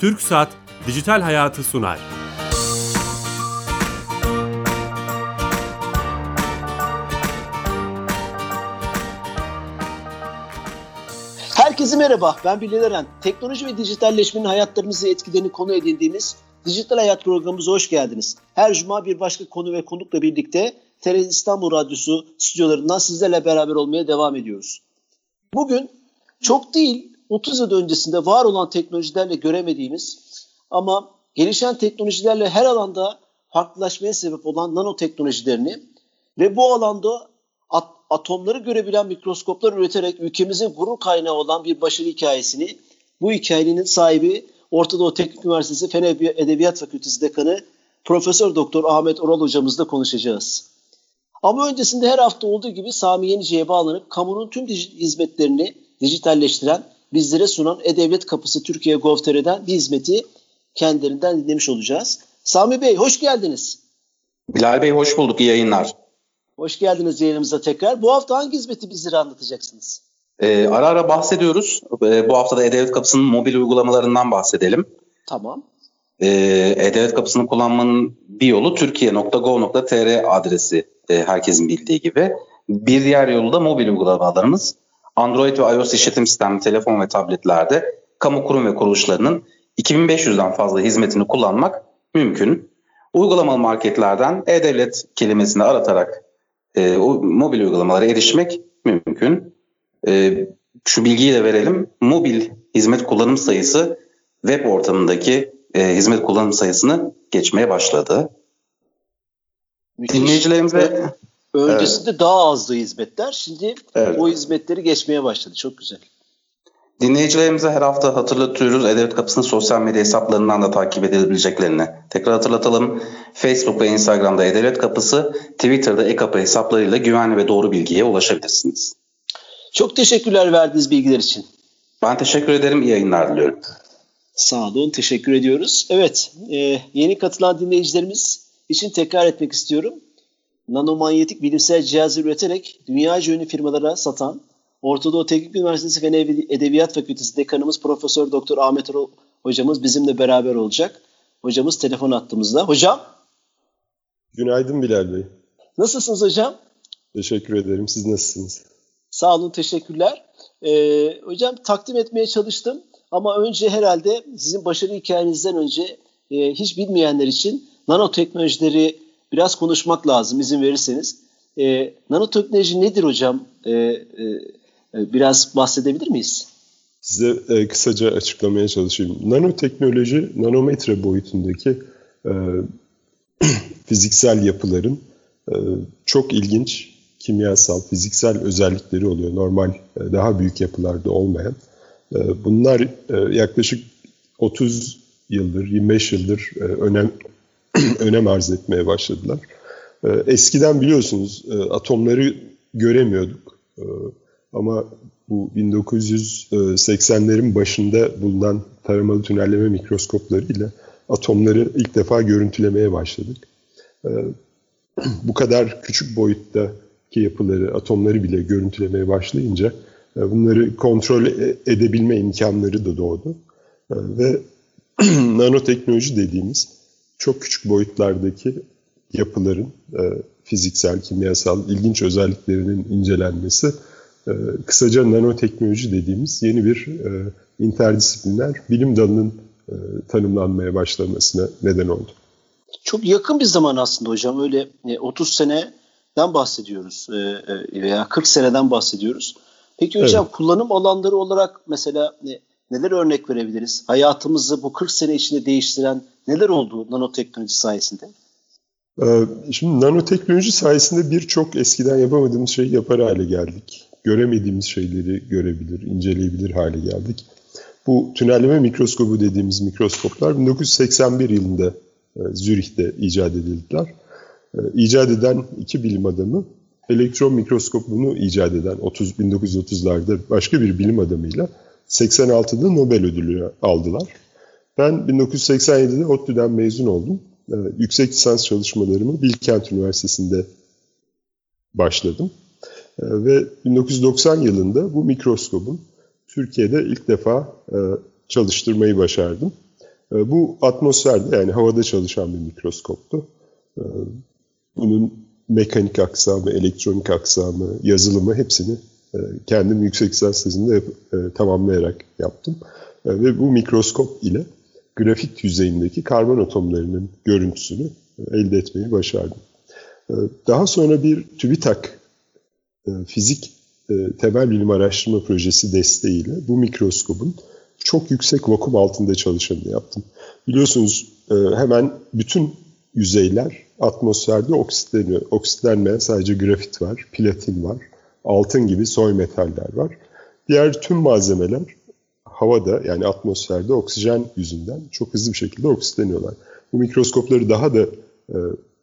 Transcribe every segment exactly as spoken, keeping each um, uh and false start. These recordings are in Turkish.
TürkSat Dijital Hayatı sunar. Herkese merhaba, ben Bilal Eren. Teknoloji ve dijitalleşmenin hayatlarımızı etkilerini konu edindiğimiz Dijital Hayat programımıza hoş geldiniz. Her cuma bir başka konu ve konukla birlikte T R T İstanbul Radyosu stüdyolarından sizlerle beraber olmaya devam ediyoruz. Bugün çok değil, otuz yıl öncesinde var olan teknolojilerle göremediğimiz ama gelişen teknolojilerle her alanda farklılaşmaya sebep olan nanoteknolojilerini ve bu alanda at- atomları görebilen mikroskoplar üreterek ülkemizin gurur kaynağı olan bir başarı hikayesini, bu hikayenin sahibi Orta Doğu Teknik Üniversitesi Fen Edebiyat Fakültesi Dekanı Profesör Doktor Ahmet Oral hocamızla konuşacağız. Ama öncesinde her hafta olduğu gibi Sami Yenice'ye bağlanıp kamunun tüm dij- hizmetlerini dijitalleştiren, bizlere sunan E-Devlet Kapısı Türkiye nokta gov nokta tr'den bir hizmeti kendilerinden dinlemiş olacağız. Sami Bey hoş geldiniz. Bilal Bey hoş bulduk, iyi yayınlar. Hoş geldiniz yayınımıza tekrar. Bu hafta hangi hizmeti bizlere anlatacaksınız? Ee, ara ara bahsediyoruz. Ee, bu hafta da E-Devlet Kapısı'nın mobil uygulamalarından bahsedelim. Tamam. Ee, E-Devlet Kapısı'nı kullanmanın bir yolu Türkiye nokta gov nokta tr adresi, e, herkesin bildiği gibi. Bir diğer yolu da mobil uygulamalarımız. Android ve iOS işletim sistemli telefon ve tabletlerde kamu kurum ve kuruluşlarının iki bin beş yüzden fazla hizmetini kullanmak mümkün. Uygulamalı marketlerden E-Devlet kelimesini aratarak e, o mobil uygulamalara erişmek mümkün. E, şu bilgiyi de verelim. Mobil hizmet kullanım sayısı web ortamındaki e, hizmet kullanım sayısını geçmeye başladı. Müthiş. Dinleyicilerimize... Öncesinde evet. daha azdı hizmetler. Şimdi evet. o hizmetleri geçmeye başladı. Çok güzel. Dinleyicilerimize her hafta hatırlatıyoruz. E-Devlet Kapısı'nın sosyal medya hesaplarından da takip edilebileceklerini tekrar hatırlatalım. Facebook ve Instagram'da E-Devlet Kapısı, Twitter'da E-Kapı hesaplarıyla güvenli ve doğru bilgiye ulaşabilirsiniz. Çok teşekkürler verdiğiniz bilgiler için. Ben teşekkür ederim. İyi yayınlar diliyorum. Sağ olun. Teşekkür ediyoruz. Evet. E, yeni katılan dinleyicilerimiz için tekrar etmek istiyorum. Nanomanyetik bilimsel cihazı üreterek dünyaca ünlü firmalara satan Orta Doğu Teknik Üniversitesi Fen Edebiyat Fakültesi Dekanımız Profesör Doktor Ahmet Oral hocamız bizimle beraber olacak. Hocamız telefon hattımızda. Hocam. Günaydın Bilal Bey. Nasılsınız hocam? Teşekkür ederim. Siz nasılsınız? Sağ olun, teşekkürler. Ee, hocam takdim etmeye çalıştım ama önce herhalde sizin başarı hikayenizden önce e, hiç bilmeyenler için nanoteknolojileri biraz konuşmak lazım izin verirseniz. E, nanoteknoloji nedir hocam? E, e, biraz bahsedebilir miyiz? Size e, kısaca açıklamaya çalışayım. Nanoteknoloji, nanometre boyutundaki e, fiziksel yapıların e, çok ilginç kimyasal, fiziksel özellikleri oluyor. Normal, e, daha büyük yapılarda olmayan. E, bunlar e, yaklaşık otuz yıldır, yirmi beş yıldır e, önem önem arz etmeye başladılar. Eskiden biliyorsunuz atomları göremiyorduk ama bu bin dokuz yüz seksenlerin başında bulunan taramalı tünelleme mikroskoplarıyla atomları ilk defa görüntülemeye başladık. Bu kadar küçük boyuttaki yapıları, atomları bile görüntülemeye başlayınca bunları kontrol edebilme imkanları da doğdu. Ve nanoteknoloji dediğimiz çok küçük boyutlardaki yapıların e, fiziksel, kimyasal, ilginç özelliklerinin incelenmesi, e, kısaca nanoteknoloji dediğimiz yeni bir e, interdisipliner bilim dalının e, tanımlanmaya başlamasına neden oldu. Çok yakın bir zaman aslında hocam, öyle e, otuz seneden bahsediyoruz e, e, veya kırk seneden bahsediyoruz. Peki hocam evet. kullanım alanları olarak mesela e, neler örnek verebiliriz? Hayatımızı bu kırk sene içinde değiştiren neler oldu nanoteknoloji sayesinde? Şimdi nanoteknoloji sayesinde birçok eskiden yapamadığımız şeyi yapar hale geldik. Göremediğimiz şeyleri görebilir, inceleyebilir hale geldik. Bu tünelleme mikroskobu dediğimiz mikroskoplar bin dokuz yüz seksen bir yılında Zürih'te icat edildiler. İcat eden iki bilim adamı, elektron mikroskopunu icat eden bin dokuz yüz otuzlarda başka bir bilim adamıyla seksen altıda Nobel ödülü aldılar. Ben bin dokuz yüz seksen yedide ODTÜ'den mezun oldum. Yüksek lisans çalışmalarımı Bilkent Üniversitesi'nde başladım. Ve bin dokuz yüz doksan yılında bu mikroskobun Türkiye'de ilk defa çalıştırmayı başardım. Bu atmosferde, yani havada çalışan bir mikroskoptu. Bunun mekanik aksamı, elektronik aksamı, yazılımı hepsini kendim yüksek lisans tezinde tamamlayarak yaptım. Ve bu mikroskop ile grafit yüzeyindeki karbon atomlarının görüntüsünü elde etmeyi başardım. Daha sonra bir TÜBİTAK fizik temel bilim araştırma projesi desteğiyle bu mikroskopun çok yüksek vakum altında çalışanını yaptım. Biliyorsunuz hemen bütün yüzeyler atmosferde oksitleniyor. Oksitlenmeyen sadece grafit var, platin var, altın gibi soy metaller var. Diğer tüm malzemeler havada, yani atmosferde oksijen yüzünden çok hızlı bir şekilde oksitleniyorlar. Bu mikroskopları daha da e,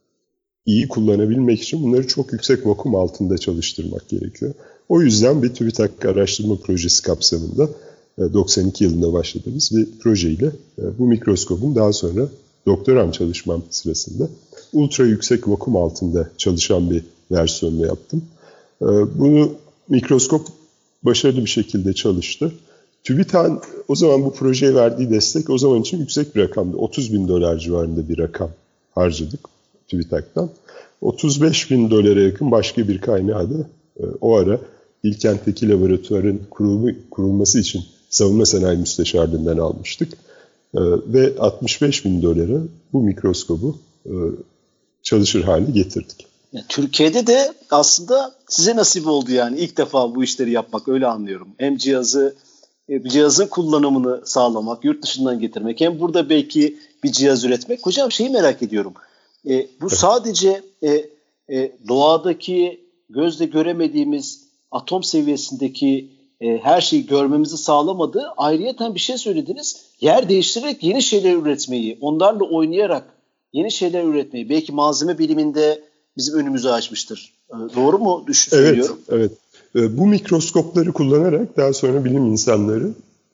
iyi kullanabilmek için bunları çok yüksek vakum altında çalıştırmak gerekiyor. O yüzden bir TÜBİTAK araştırma projesi kapsamında e, doksan iki yılında başladığımız bir projeyle e, bu mikroskopun daha sonra doktoram çalışmam sırasında ultra yüksek vakum altında çalışan bir versiyonunu yaptım. E, bunu mikroskop başarılı bir şekilde çalıştı. TÜBİTAK'ın o zaman bu projeye verdiği destek o zaman için yüksek bir rakamdı. otuz bin dolar civarında bir rakam harcadık TÜBİTAK'tan. otuz beş bin dolara yakın başka bir kaynağı da e, o ara Bilkent'teki laboratuvarın kurulmu, kurulması için savunma sanayi müsteşarlığından almıştık. E, ve altmış beş bin dolara bu mikroskobu e, çalışır hale getirdik. Yani Türkiye'de de aslında size nasip oldu, yani ilk defa bu işleri yapmak, öyle anlıyorum. Hem cihazı cihazın kullanımını sağlamak, yurt dışından getirmek, hem burada belki bir cihaz üretmek. Hocam şeyi merak ediyorum. E, bu sadece e, e, doğadaki gözle göremediğimiz atom seviyesindeki e, her şeyi görmemizi sağlamadı. Ayrıyeten bir şey söylediniz. Yer değiştirerek yeni şeyler üretmeyi, onlarla oynayarak yeni şeyler üretmeyi belki malzeme biliminde bizim önümüzü açmıştır. E, doğru mu düş- evet, söylüyorum? Evet. Bu mikroskopları kullanarak daha sonra bilim insanları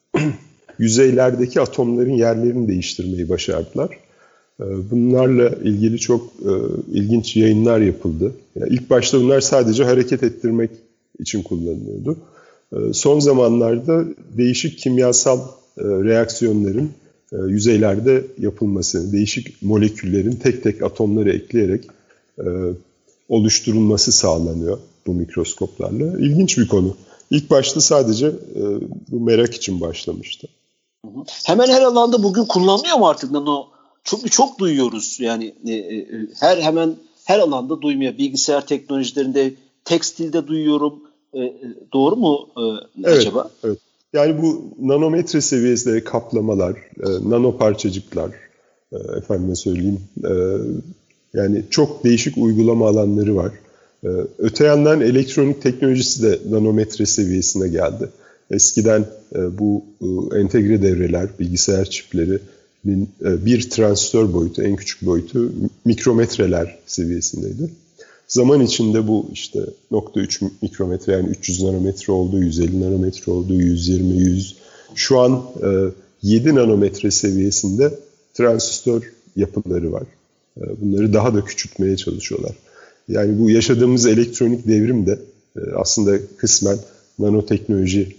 yüzeylerdeki atomların yerlerini değiştirmeyi başardılar. Bunlarla ilgili çok ilginç yayınlar yapıldı. Yani ilk başta bunlar sadece hareket ettirmek için kullanılıyordu. Son zamanlarda değişik kimyasal reaksiyonların yüzeylerde yapılması, değişik moleküllerin tek tek atomları ekleyerek oluşturulması sağlanıyor bu mikroskoplarla. İlginç bir konu. İlk başta sadece e, bu merak için başlamıştı. Hemen her alanda bugün kullanılıyor mu artık nano? Çok çok duyuyoruz. Yani e, e, her hemen her alanda duymuyor. Bilgisayar teknolojilerinde, tekstilde duyuyorum. E, e, doğru mu e, evet, acaba? Evet. Yani bu nanometre seviyesinde kaplamalar, e, nano parçacıklar, e, efendime söyleyeyim, e, yani çok değişik uygulama alanları var. Öte yandan elektronik teknolojisi de nanometre seviyesine geldi. Eskiden bu entegre devreler, bilgisayar çiplerinin bir transistör boyutu, en küçük boyutu mikrometreler seviyesindeydi. Zaman içinde bu işte nokta üç mikrometre, yani üç yüz nanometre oldu, yüz elli nanometre oldu, yüz yirmi, yüz. Şu an yedi nanometre seviyesinde transistör yapıları var. Bunları daha da küçültmeye çalışıyorlar. Yani bu yaşadığımız elektronik devrim de aslında kısmen nanoteknoloji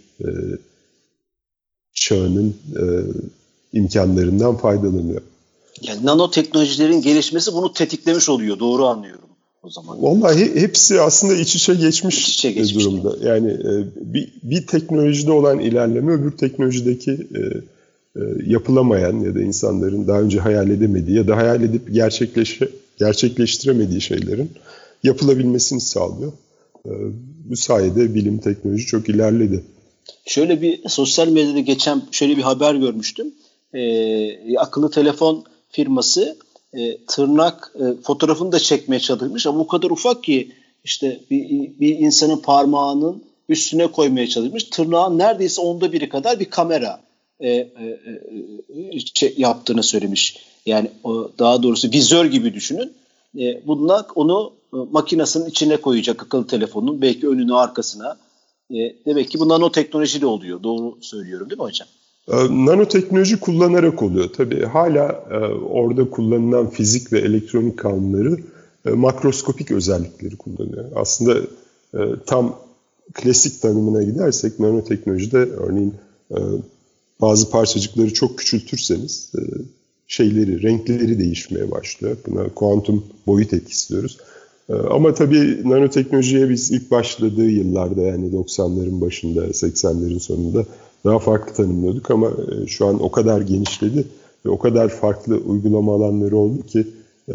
çağının imkanlarından faydalanıyor. Yani nanoteknolojilerin gelişmesi bunu tetiklemiş oluyor. Doğru anlıyorum o zaman. Vallahi hepsi aslında iç içe geçmiş, iç içe geçmiş durumda. Değil. Yani bir, bir teknolojide olan ilerleme öbür teknolojideki yapılamayan ya da insanların daha önce hayal edemediği ya da hayal edip gerçekleşe, gerçekleştiremediği şeylerin yapılabilmesini sağlıyor. Bu sayede bilim, teknoloji çok ilerledi. Şöyle bir sosyal medyada geçen şöyle bir haber görmüştüm. Ee, akıllı telefon firması e, tırnak e, fotoğrafını da çekmeye çalışmış ama o kadar ufak ki işte bir, bir insanın parmağının üstüne koymaya çalışmış. Tırnağın neredeyse onda biri kadar bir kamera e, e, e, şey yaptığını söylemiş. Yani o, daha doğrusu vizör gibi düşünün. E, bunlar onu e, makinesinin içine koyacak, akıllı telefonun belki önüne arkasına. E, demek ki bu nanoteknolojiyle oluyor. Doğru söylüyorum değil mi hocam? Nanoteknoloji kullanarak oluyor. Tabii hala e, orada kullanılan fizik ve elektronik kanunları e, makroskopik özellikleri kullanıyor. Aslında e, tam klasik tanımına gidersek nanoteknolojide örneğin e, bazı parçacıkları çok küçültürseniz e, şeyleri, renkleri değişmeye başlıyor. Buna kuantum boyut etkisi diyoruz. E, ama tabii nanoteknolojiye biz ilk başladığı yıllarda, yani doksanların başında, seksenlerin sonunda daha farklı tanımlıyorduk ama e, şu an o kadar genişledi ve o kadar farklı uygulama alanları oldu ki e,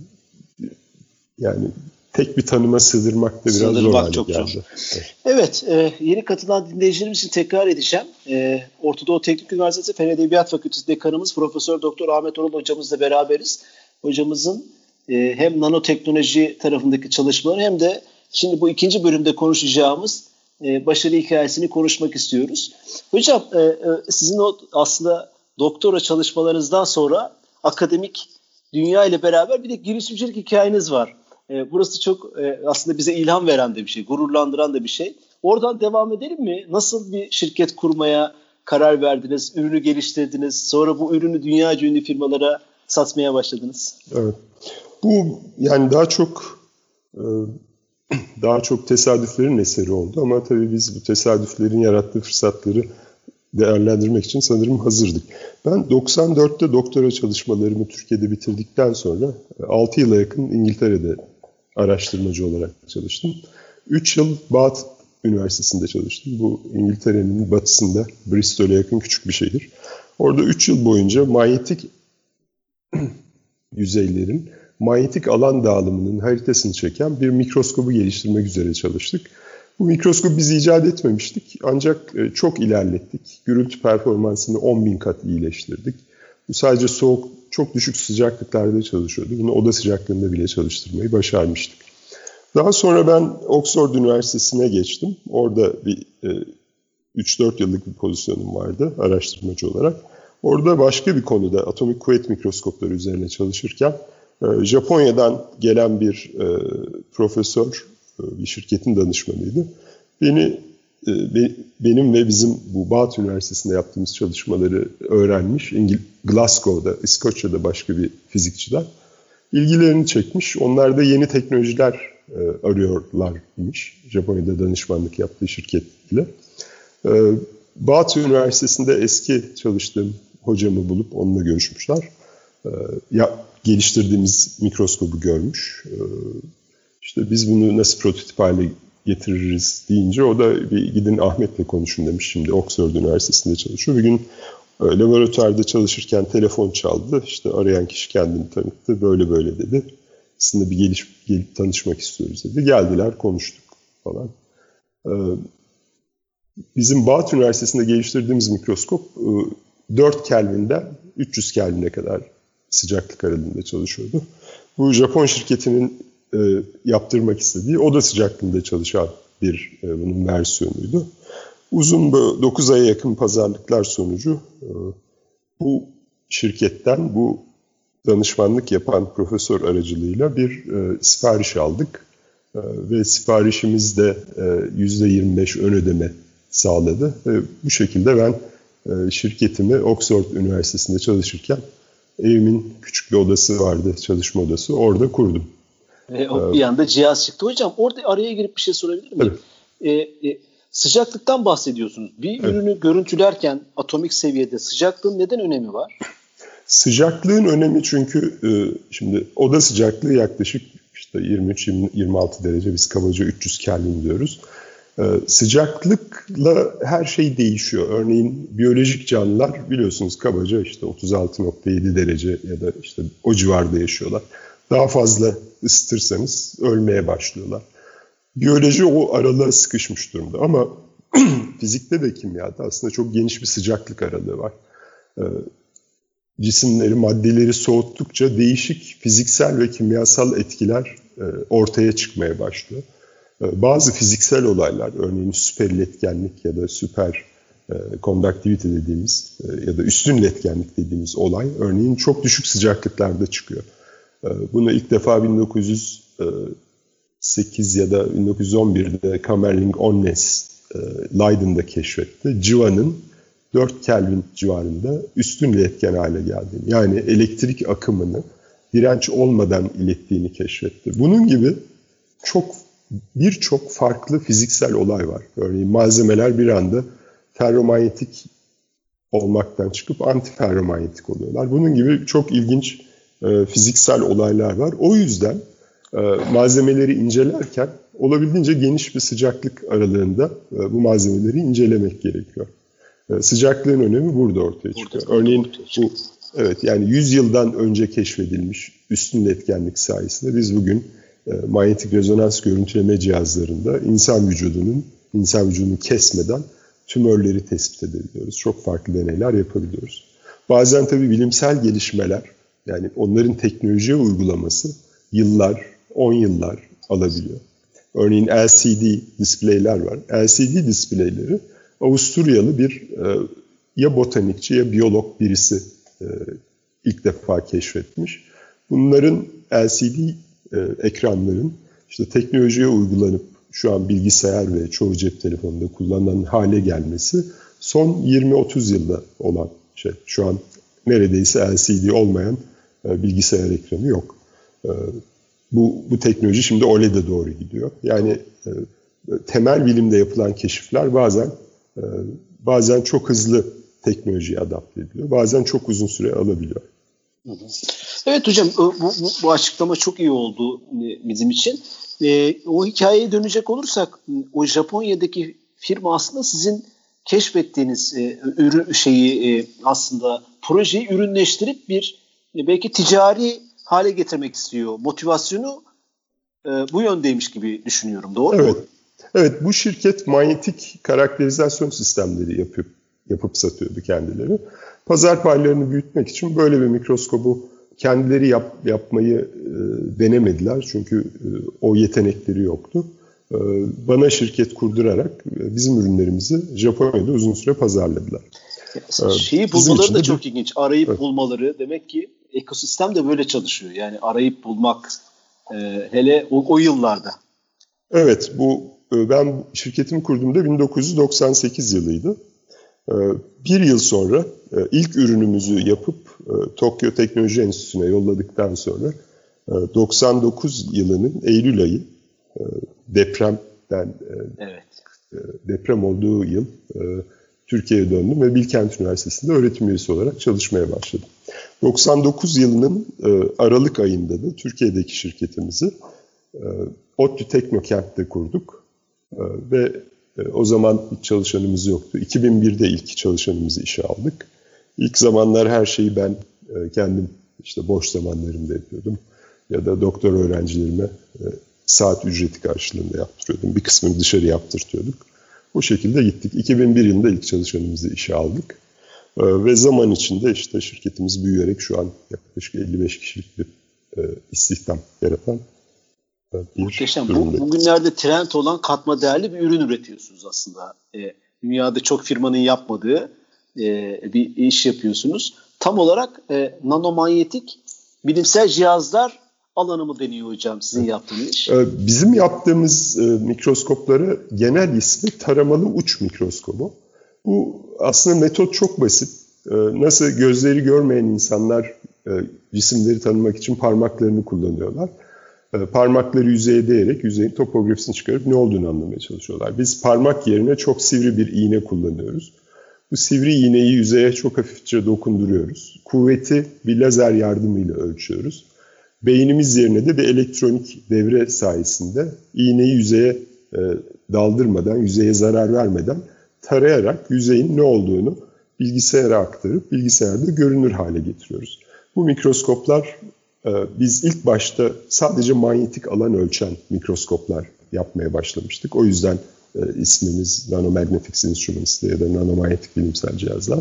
yani tek bir tanıma sığdırmak da biraz Sığdırmak zor hale çok geldi. Zor. Evet, e, yeni katılan dinleyicilerimiz için tekrar edeceğim. E, Orta Doğu Teknik Üniversitesi Fen Edebiyat Fakültesi Dekanımız Profesör Doktor Ahmet Orul hocamızla beraberiz. Hocamızın e, hem nanoteknoloji tarafındaki çalışmaları hem de şimdi bu ikinci bölümde konuşacağımız e, başarı hikayesini konuşmak istiyoruz. Hocam e, e, sizin o aslında doktora çalışmalarınızdan sonra akademik dünya ile beraber bir de girişimcilik hikayeniz var. Burası çok aslında bize ilham veren de bir şey, gururlandıran da bir şey. Oradan devam edelim mi? Nasıl bir şirket kurmaya karar verdiniz, ürünü geliştirdiniz, sonra bu ürünü dünyaca ünlü firmalara satmaya başladınız? Evet, bu yani daha çok daha çok tesadüflerin eseri oldu ama tabii biz bu tesadüflerin yarattığı fırsatları değerlendirmek için sanırım hazırdık. Ben doksan dörtte doktora çalışmalarımı Türkiye'de bitirdikten sonra altı yıla yakın İngiltere'de araştırmacı olarak çalıştım. üç yıl Bath Üniversitesi'nde çalıştım. Bu İngiltere'nin batısında, Bristol'e yakın küçük bir şehir. Orada üç yıl boyunca manyetik yüzeylerin manyetik alan dağılımının haritasını çeken bir mikroskobu geliştirmek üzere çalıştık. Bu mikroskobu biz icat etmemiştik ancak çok ilerlettik. Gürültü performansını on bin kat iyileştirdik. Bu sadece soğuk, çok düşük sıcaklıklarda çalışıyordu. Bunu oda sıcaklığında bile çalıştırmayı başarmıştık. Daha sonra ben Oxford Üniversitesi'ne geçtim. Orada bir e, üç dört yıllık bir pozisyonum vardı araştırmacı olarak. Orada başka bir konuda atomik kuvvet mikroskopları üzerine çalışırken e, Japonya'dan gelen bir e, profesör, bir şirketin danışmanıydı. Beni, benim ve bizim bu Bath Üniversitesi'nde yaptığımız çalışmaları öğrenmiş. İngil- Glasgow'da, İskoçya'da başka bir fizikçiler ilgilerini çekmiş. Onlar da yeni teknolojiler arıyorlarmış. Japonya'da danışmanlık yaptığı şirket ile. Bath Üniversitesi'nde eski çalıştığım hocamı bulup onunla görüşmüşler. Ya, geliştirdiğimiz mikroskobu görmüş. İşte biz bunu nasıl prototip hale getiririz deyince o da bir gidin Ahmet'le konuşun demiş. Şimdi Oxford Üniversitesi'nde çalışıyor. Bir gün laboratuvarda çalışırken telefon çaldı. İşte arayan kişi kendini tanıttı. Böyle böyle dedi. Sizinle bir geliş, gelip tanışmak istiyoruz dedi. Geldiler, konuştuk falan. Bizim Bath Üniversitesi'nde geliştirdiğimiz mikroskop dört Kelvin'den üç yüz Kelvin'e kadar sıcaklık aralığında çalışıyordu. Bu Japon şirketinin E, yaptırmak istediği oda sıcaklığında çalışan bir e, bunun versiyonuydu. Uzun dokuz aya yakın pazarlıklar sonucu e, bu şirketten bu danışmanlık yapan profesör aracılığıyla bir e, sipariş aldık. E, ve siparişimiz de e, yüzde yirmi beş ön ödeme sağladı. Ve bu şekilde ben e, şirketimi Oxford Üniversitesi'nde çalışırken evimin küçük bir odası vardı, çalışma odası. Orada kurdum. E, o bir anda cihaz çıktı. Hocam orada araya girip bir şey sorabilir miyim? Evet. E, e, sıcaklıktan bahsediyorsunuz. Bir evet. ürünü görüntülerken atomik seviyede sıcaklığın neden önemi var? Sıcaklığın önemi çünkü e, şimdi oda sıcaklığı yaklaşık işte yirmi üç yirmi altı derece, biz kabaca üç yüz Kelvin diyoruz. E, sıcaklıkla her şey değişiyor. Örneğin biyolojik canlılar biliyorsunuz kabaca işte otuz altı nokta yedi derece ya da işte o civarda yaşıyorlar. Daha fazla ısıtırsanız ölmeye başlıyorlar. Biyoloji o aralığa sıkışmış durumda ama fizikte de kimyada aslında çok geniş bir sıcaklık aralığı var. Ee, cisimleri, maddeleri soğuttukça değişik fiziksel ve kimyasal etkiler e, ortaya çıkmaya başlıyor. Ee, bazı fiziksel olaylar, örneğin süper iletkenlik ya da süper e, konduktivite dediğimiz e, ya da üstün iletkenlik dediğimiz olay, örneğin çok düşük sıcaklıklarda çıkıyor. Bunu ilk defa bin dokuz yüz sekiz ya da bin dokuz yüz on birde Kamerlingh Onnes Leiden'da keşfetti. Civanın dört Kelvin civarında üstün iletken hale geldiğini, yani elektrik akımını direnç olmadan ilettiğini keşfetti. Bunun gibi çok birçok farklı fiziksel olay var. Örneğin malzemeler bir anda ferromanyetik olmaktan çıkıp antiferromanyetik oluyorlar. Bunun gibi çok ilginç e, fiziksel olaylar var. O yüzden e, malzemeleri incelerken olabildiğince geniş bir sıcaklık aralığında e, bu malzemeleri incelemek gerekiyor. E, sıcaklığın önemi burada ortaya çıkıyor. Burada, Örneğin ortaya çıkıyor. bu evet yani yüz yıldan önce keşfedilmiş üstün etkenlik sayesinde biz bugün e, manyetik rezonans görüntüleme cihazlarında insan vücudunun insan vücudunu kesmeden tümörleri tespit edebiliyoruz. Çok farklı deneyler yapabiliyoruz. Bazen tabii bilimsel gelişmeler, yani onların teknolojiye uygulaması yıllar, on yıllar alabiliyor. Örneğin L C D displayler var. L C D displayleri Avusturyalı bir e, ya botanikçi ya biyolog birisi e, ilk defa keşfetmiş. Bunların L C D e, ekranların işte teknolojiye uygulanıp şu an bilgisayar ve çoğu cep telefonunda kullanılan hale gelmesi son yirmi otuz yılda olan şey. Şu an neredeyse L C D olmayan e, bilgisayar ekranı yok. E, bu, bu teknoloji şimdi O L E D'e doğru gidiyor. Yani e, temel bilimde yapılan keşifler bazen e, bazen çok hızlı teknolojiye adapte ediliyor. Bazen çok uzun süre alabiliyor. Evet hocam, bu, bu, bu açıklama çok iyi oldu bizim için. E, o hikayeye dönecek olursak, o Japonya'daki firma aslında sizin keşfettiğiniz e, ürün şeyi e, aslında projeyi ürünleştirip bir e, belki ticari hale getirmek istiyor. Motivasyonu e, bu yöndeymiş gibi düşünüyorum. Doğru evet. mu? Evet, bu şirket manyetik karakterizasyon sistemleri yapıp yapıp satıyordu kendileri. Pazar paylarını büyütmek için böyle bir mikroskobu kendileri yap, yapmayı e, denemediler. Çünkü e, o yetenekleri yoktu. E, bana şirket kurdurarak e, bizim ürünlerimizi Japonya'da uzun süre pazarladılar. E, Şeyi bulmaları da çok bir... ilginç. Arayıp evet. bulmaları, demek ki ekosistem de böyle çalışıyor. Yani arayıp bulmak e, hele o, o yıllarda. Evet, bu e, ben şirketimi kurduğumda bin dokuz yüz doksan sekiz yılıydı. Bir yıl sonra ilk ürünümüzü yapıp Tokyo Teknoloji Enstitüsü'ne yolladıktan sonra doksan dokuz yılının Eylül ayı depremden evet. deprem olduğu yıl Türkiye'ye döndüm ve Bilkent Üniversitesi'nde öğretim üyesi olarak çalışmaya başladım. doksan dokuz yılının Aralık ayında da Türkiye'deki şirketimizi ODTÜ Teknokent'te kurduk ve o zaman hiç çalışanımız yoktu. iki bin birde ilk çalışanımızı işe aldık. İlk zamanlar her şeyi ben kendim işte boş zamanlarımda yapıyordum. Ya da doktor öğrencilerime saat ücreti karşılığında yaptırıyordum. Bir kısmını dışarı yaptırtıyorduk. O şekilde gittik. iki bin bir yılında ilk çalışanımızı işe aldık. Ve zaman içinde işte şirketimiz büyüyerek şu an yaklaşık elli beş kişilik bir istihdam yaratan Muhteşem. Bu, bugünlerde trend olan katma değerli bir ürün üretiyorsunuz aslında. E, dünyada çok firmanın yapmadığı e, bir iş yapıyorsunuz. Tam olarak e, nanomanyetik bilimsel cihazlar alanı mı deniyor hocam sizin yaptığınız iş? Bizim yaptığımız e, mikroskopları genel ismi taramalı uç mikroskobu. Bu aslında metot çok basit. E, nasıl gözleri görmeyen insanlar e, cisimleri tanımak için parmaklarını kullanıyorlar. Parmakları yüzeye değerek yüzeyin topografisini çıkarıp ne olduğunu anlamaya çalışıyorlar. Biz parmak yerine çok sivri bir iğne kullanıyoruz. Bu sivri iğneyi yüzeye çok hafifçe dokunduruyoruz. Kuvveti bir lazer yardımıyla ölçüyoruz. Beynimiz yerine de bir elektronik devre sayesinde iğneyi yüzeye e, daldırmadan, yüzeye zarar vermeden tarayarak yüzeyin ne olduğunu bilgisayara aktarıp bilgisayarda görünür hale getiriyoruz. Bu mikroskoplar biz ilk başta sadece manyetik alan ölçen mikroskoplar yapmaya başlamıştık. O yüzden ismimiz Nanomagnetic Instruments ya da nanomanyetik bilimsel cihazlar.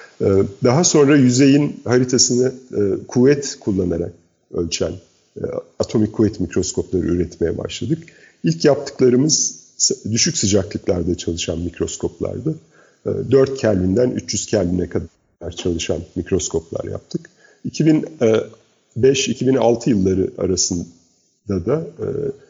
Daha sonra yüzeyin haritasını kuvvet kullanarak ölçen atomik kuvvet mikroskopları üretmeye başladık. İlk yaptıklarımız düşük sıcaklıklarda çalışan mikroskoplardı. dört Kelvin'den üç yüz Kelvin'e kadar çalışan mikroskoplar yaptık. iki bin beş iki bin altı yılları arasında da e,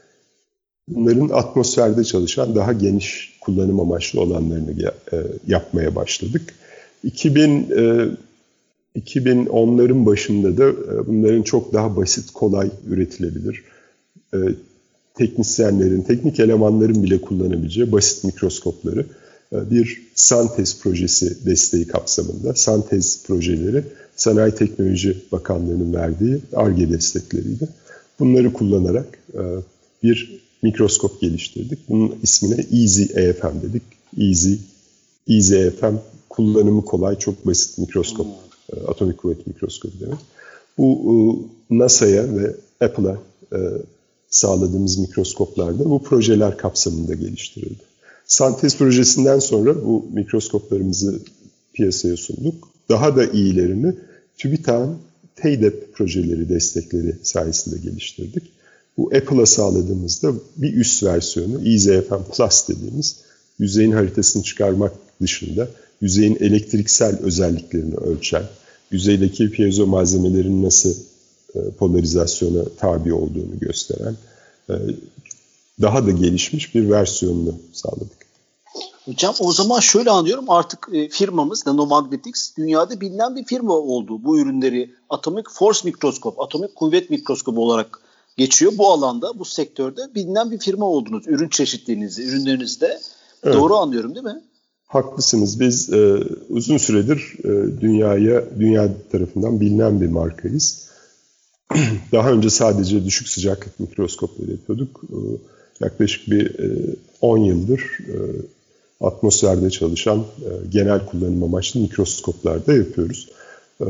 bunların atmosferde çalışan daha geniş kullanım amaçlı olanlarını e, yapmaya başladık. iki bin, e, iki bin onların başında da e, bunların çok daha basit, kolay üretilebilir, e, teknisyenlerin, teknik elemanların bile kullanabileceği basit mikroskopları bir Santez projesi desteği kapsamında. Santez projeleri Sanayi Teknoloji Bakanlığı'nın verdiği Ar-Ge destekleriydi. Bunları kullanarak bir mikroskop geliştirdik. Bunun ismine Easy A F M dedik. Easy, Easy A F M kullanımı kolay, çok basit mikroskop. Hmm. Atomik kuvvet mikroskobu demek. Bu NASA'ya ve Apple'a sağladığımız mikroskoplarda bu projeler kapsamında geliştirildi. Santez projesinden sonra bu mikroskoplarımızı piyasaya sunduk. Daha da iyilerini TÜBİTAK'ın TEYDEP projeleri destekleri sayesinde geliştirdik. Bu Apple'a sağladığımızda bir üst versiyonu Easy A F M Plus dediğimiz yüzeyin haritasını çıkarmak dışında yüzeyin elektriksel özelliklerini ölçen, yüzeydeki piezo malzemelerin nasıl polarizasyona tabi olduğunu gösteren daha da gelişmiş bir versiyonunu sağladık. Hocam o zaman şöyle anlıyorum, artık firmamız Nanomagnetics dünyada bilinen bir firma oldu. Bu ürünleri Atomic Force mikroskop, atomik kuvvet mikroskobu olarak geçiyor. Bu alanda, bu sektörde bilinen bir firma oldunuz. Ürün çeşitliliğinizde, ürünlerinizde. Evet. Doğru anlıyorum değil mi? Haklısınız. Biz e, uzun süredir e, dünyaya, dünya tarafından bilinen bir markayız. Daha önce sadece düşük sıcaklık mikroskopları yapıyorduk. E, yaklaşık bir e, on yıldır e, atmosferde çalışan e, genel kullanım amaçlı mikroskoplarda yapıyoruz. E,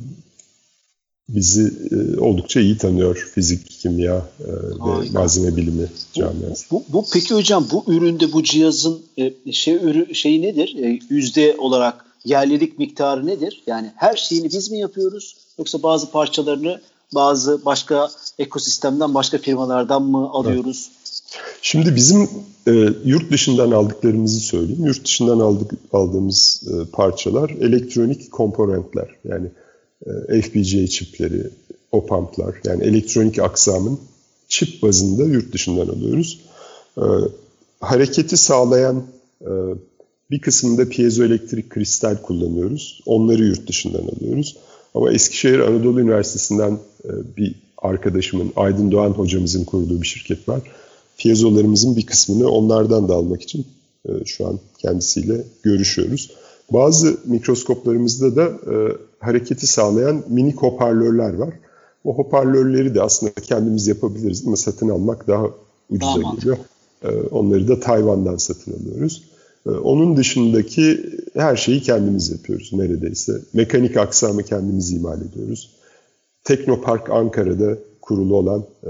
bizi e, oldukça iyi tanıyor fizik, kimya e, ve malzeme bilimi camiası. Bu, bu, bu peki hocam, bu üründe, bu cihazın e, şey ürü, şeyi nedir? E, yüzde olarak yerlilik miktarı nedir? Yani her şeyini biz mi yapıyoruz, yoksa bazı parçalarını bazı başka ekosistemden, başka firmalardan mı alıyoruz? Evet. Şimdi bizim e, yurt dışından aldıklarımızı söyleyeyim. Yurt dışından aldık, aldığımız e, parçalar elektronik komponentler. Yani e, F P G A çipleri, op-amp'lar, yani elektronik aksamın çip bazında yurt dışından alıyoruz. E, hareketi sağlayan e, bir kısmında piezoelektrik kristal kullanıyoruz. Onları yurt dışından alıyoruz. Ama Eskişehir Anadolu Üniversitesi'nden e, bir arkadaşımın, Aydın Doğan hocamızın kurduğu bir şirket var. Piezolarımızın bir kısmını onlardan da almak için e, şu an kendisiyle görüşüyoruz. Bazı mikroskoplarımızda da e, hareketi sağlayan minik hoparlörler var. O hoparlörleri de aslında kendimiz yapabiliriz ama satın almak daha ucuza tamam. geliyor. E, onları da Tayvan'dan satın alıyoruz. E, onun dışındaki her şeyi kendimiz yapıyoruz neredeyse. Mekanik aksamı kendimiz imal ediyoruz. Teknopark Ankara'da kurulu olan e,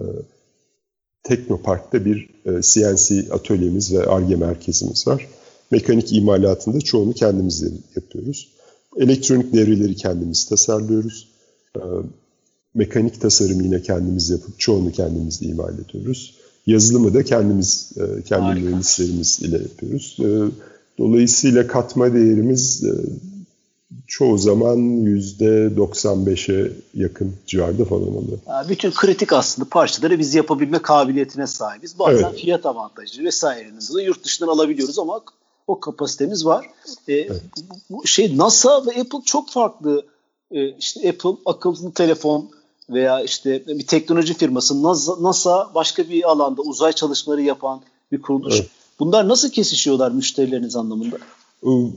Teknopark'ta bir e, C N C atölyemiz ve Ar-Ge merkezimiz var. Mekanik imalatında çoğunu kendimiz yapıyoruz. Elektronik devreleri kendimiz tasarlıyoruz. E, mekanik tasarımı yine kendimiz yapıp çoğunu kendimiz imal ediyoruz. Yazılımı da kendimiz, e, kendi mühendislerimiz ile yapıyoruz. E, dolayısıyla katma değerimiz e, çoğu zaman yüzde doksan beşe yakın civarda falan oluyor. Yani bütün kritik aslında parçaları biz yapabilme kabiliyetine sahibiz. Bazen evet. fiyat avantajı vesairenin de yurt dışından alabiliyoruz ama o kapasitemiz var. Ee, evet. bu, bu şey NASA ve Apple çok farklı. Ee, işte Apple akıllı telefon veya işte bir teknoloji firması, NASA, NASA başka bir alanda uzay çalışmaları yapan bir kuruluş. Evet. Bunlar nasıl kesişiyorlar müşterileriniz anlamında? Evet.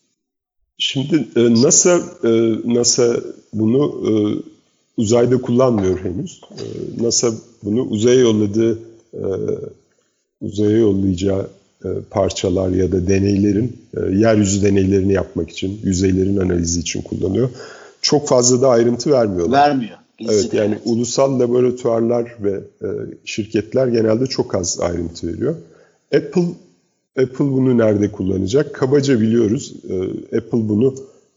Şimdi NASA NASA bunu uzayda kullanmıyor henüz. NASA bunu uzaya yolladığı uzaya yollayacağı parçalar ya da deneylerin yeryüzü deneylerini yapmak için, yüzeylerin analizi için kullanıyor. Çok fazla da ayrıntı vermiyorlar. Vermiyor. Evet, yani ulusal laboratuvarlar ve şirketler genelde çok az ayrıntı veriyor. Apple Apple bunu nerede kullanacak? Kabaca biliyoruz. Apple bunu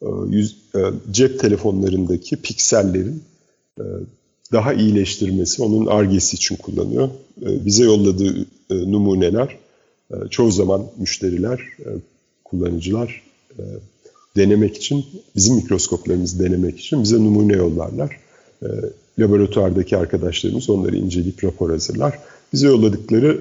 cep telefonlarındaki piksellerin daha iyileştirmesi, onun Ar-Ge'si için kullanıyor. Bize yolladığı numuneler, çoğu zaman müşteriler, kullanıcılar denemek için, bizim mikroskoplarımızı denemek için bize numune yollarlar. Laboratuvardaki arkadaşlarımız onları inceleyip rapor hazırlar. Bize yolladıkları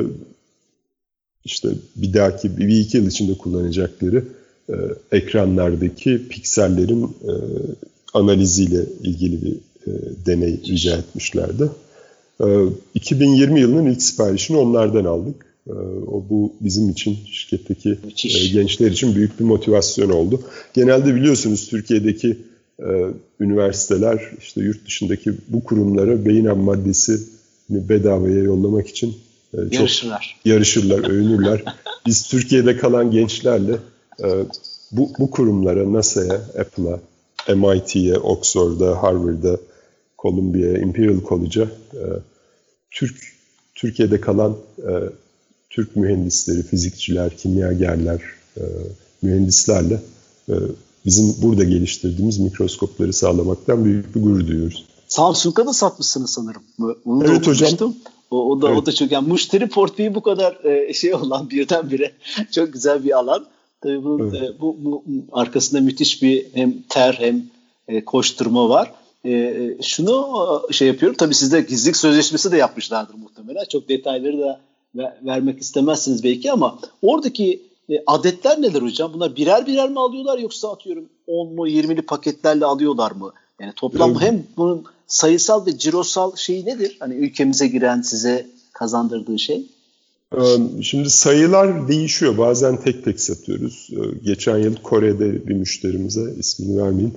İşte bir dahaki bir iki yıl içinde kullanacakları e, ekranlardaki piksellerin e, analiziyle ilgili bir e, deney rica etmişlerdi. E, iki bin yirmi yılının ilk siparişini onlardan aldık. O bu bizim için, şirketteki Müthiş. gençler için büyük bir motivasyon oldu. Genelde biliyorsunuz Türkiye'deki e, üniversiteler işte yurt dışındaki bu kurumlara beyin ham maddesini bedavaya yollamak için e, çok yarışırlar, yarışırlar, övünürler. Biz Türkiye'de kalan gençlerle e, bu, bu kurumlara, NASA'ya, Apple'a, M I T'ye, Oxford'a, Harvard'a, Columbia'ya, Imperial College'a e, Türk Türkiye'de kalan e, Türk mühendisleri, fizikçiler, kimyagerler, e, mühendislerle e, bizim burada geliştirdiğimiz mikroskopları sağlamaktan büyük bir gurur duyuyoruz. Samsung'a da satmışsınız sanırım. Onu evet hocam. O, o da evet. o da çok, yani müşteri portföyü bu kadar e, şey olan birdenbire çok güzel bir alan. Tabii bunun, evet. e, bu, bu arkasında müthiş bir hem ter hem e, koşturma var. E, şunu şey yapıyorum. Tabii sizde gizlilik sözleşmesi de yapmışlardır muhtemelen. Çok detayları da vermek istemezsiniz belki ama oradaki e, adetler neler hocam? Bunlar birer birer mi alıyorlar yoksa atıyorum onlu yirmili paketlerle alıyorlar mı? Yani toplam evet. hem bunun sayısal ve cirosal şeyi nedir? Hani ülkemize giren size kazandırdığı şey? Şimdi sayılar değişiyor. Bazen tek tek satıyoruz. Geçen yıl Kore'de bir müşterimize, ismini vermeyeyim,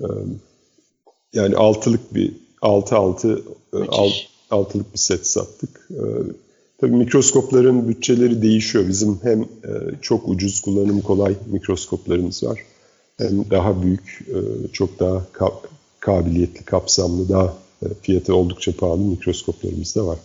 yani altılık bir altı altı alt, altılık bir set sattık. Tabii mikroskopların bütçeleri değişiyor. Bizim hem e, çok ucuz, kullanım kolay mikroskoplarımız var. Hem daha büyük, e, çok daha ka- kabiliyetli, kapsamlı, daha e, fiyatı oldukça pahalı mikroskoplarımız da var.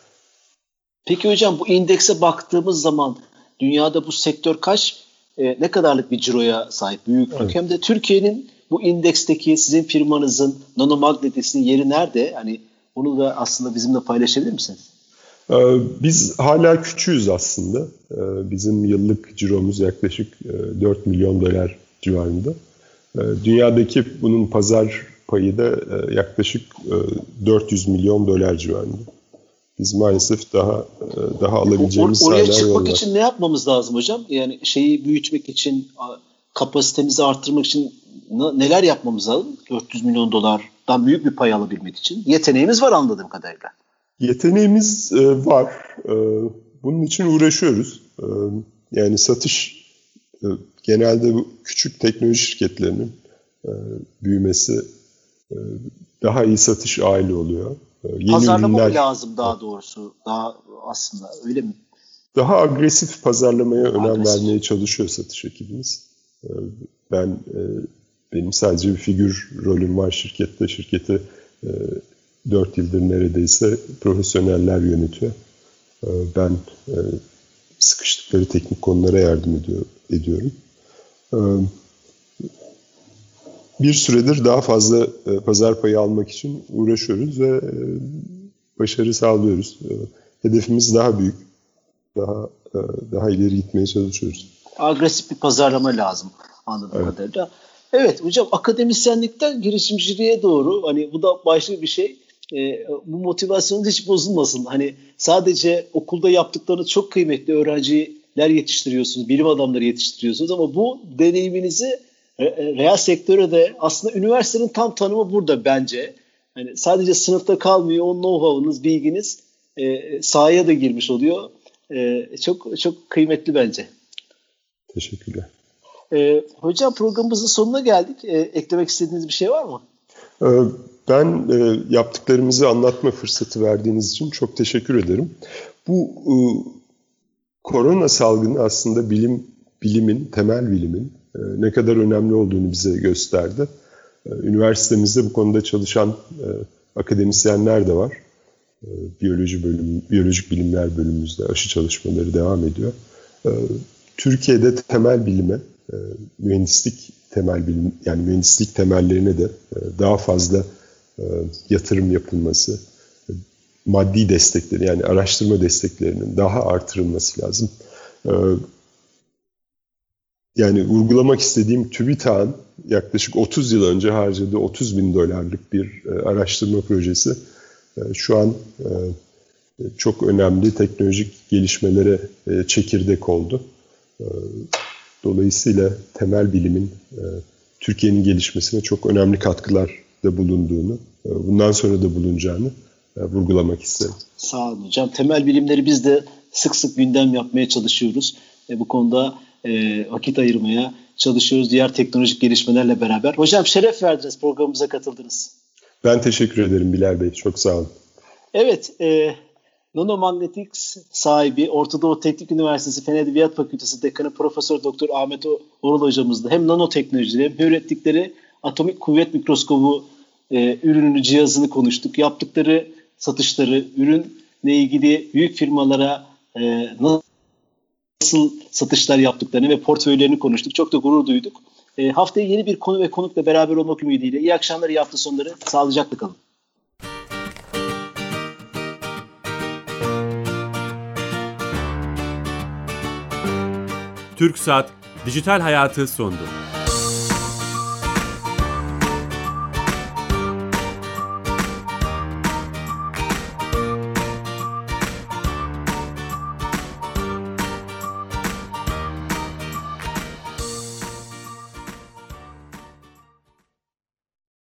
Peki hocam bu indekse baktığımız zaman dünyada bu sektör kaç, e, ne kadarlık bir ciroya sahip, büyüklük? Evet. Hem de Türkiye'nin bu indeksteki sizin firmanızın nanomagnetesinin yeri nerede? Hani onu da aslında bizimle paylaşabilir misiniz? Biz hala küçüğüz aslında. Bizim yıllık ciromuz yaklaşık dört milyon dolar civarında. Dünyadaki bunun pazar payı da yaklaşık dört yüz milyon dolar civarında. Biz maalesef daha daha alabileceğimiz Or- Oraya sayılar çıkmak var. için ne yapmamız lazım hocam? Yani şeyi büyütmek için, kapasitemizi arttırmak için neler yapmamız lazım? dört yüz milyon dolardan büyük bir pay alabilmek için. Yeteneğimiz var anladığım kadarıyla. Yeteneğimiz e, var. E, bunun için uğraşıyoruz. E, yani satış e, genelde bu küçük teknoloji şirketlerinin e, büyümesi e, daha iyi satış aile oluyor. E, yeni Pazarlama ürünler, lazım daha doğrusu. Daha aslında öyle mi? Daha agresif pazarlamaya önem agresif. vermeye çalışıyor satış ekibimiz. E, ben e, benim sadece bir figür rolüm var şirkette. Şirketi e, dört yıldır neredeyse profesyoneller yönetiyor. Ben sıkıştıkları teknik konulara yardım ediyor, ediyorum. Bir süredir daha fazla pazar payı almak için uğraşıyoruz ve başarı sağlıyoruz. Hedefimiz daha büyük, daha daha ileri gitmeye çalışıyoruz. Agresif bir pazarlama lazım anladığım evet. kadarıyla. Evet hocam, akademisyenlikten girişimciliğe doğru, hani bu da başka bir şey. E, bu motivasyonunuz hiç bozulmasın. Hani sadece okulda yaptıklarınız çok kıymetli, öğrenciler yetiştiriyorsunuz, bilim adamları yetiştiriyorsunuz ama bu deneyiminizi re- reel sektöre de, aslında üniversitenin tam tanımı burada bence. Hani sadece sınıfta kalmıyor, o know-how'unuz, bilginiz e, sahaya da girmiş oluyor. E, çok çok kıymetli bence. Teşekkürler. E, hocam programımızın sonuna geldik. E, eklemek istediğiniz bir şey var mı? Evet. Ben e, yaptıklarımızı anlatma fırsatı verdiğiniz için çok teşekkür ederim. Bu e, korona salgını aslında bilim bilimin, temel bilimin e, ne kadar önemli olduğunu bize gösterdi. E, üniversitemizde bu konuda çalışan e, akademisyenler de var. E, biyoloji bölümü, biyolojik bilimler bölümümüzde aşı çalışmaları devam ediyor. E, Türkiye'de temel bilime, e, mühendislik temel bilim, yani mühendislik temellerine de e, daha fazla yatırım yapılması, maddi destekleri, yani araştırma desteklerinin daha artırılması lazım. Yani vurgulamak istediğim, TÜBİTAK'ın yaklaşık otuz yıl önce harcadığı otuz bin dolarlık bir araştırma projesi şu an çok önemli teknolojik gelişmelere çekirdek oldu. Dolayısıyla temel bilimin Türkiye'nin gelişmesine çok önemli katkılar da bulunduğunu, bundan sonra da bulunacağını vurgulamak isterim. Sağ olun hocam. Temel bilimleri biz de sık sık gündem yapmaya çalışıyoruz. E, bu konuda e, vakit ayırmaya çalışıyoruz diğer teknolojik gelişmelerle beraber. Hocam şeref verdiniz, programımıza katıldınız. Ben teşekkür ederim Bilal Bey, çok sağ olun. Evet, e, Nanomagnetics sahibi, Orta Doğu Teknik Üniversitesi Fen Edebiyat Fakültesi Dekanı Profesör Doktor Ahmet Oral hocamızla hem nanoteknolojileri hem ürettikleri atomik kuvvet mikroskobu e, ürününü, cihazını konuştuk. Yaptıkları satışları, ürünle ilgili büyük firmalara e, nasıl satışlar yaptıklarını ve portföylerini konuştuk. Çok da gurur duyduk. E, haftaya yeni bir konu ve konukla beraber olmak ümidiyle. İyi akşamlar, iyi hafta sonları. Sağlıcakla kalın. TürkSat Dijital Hayatı sundu.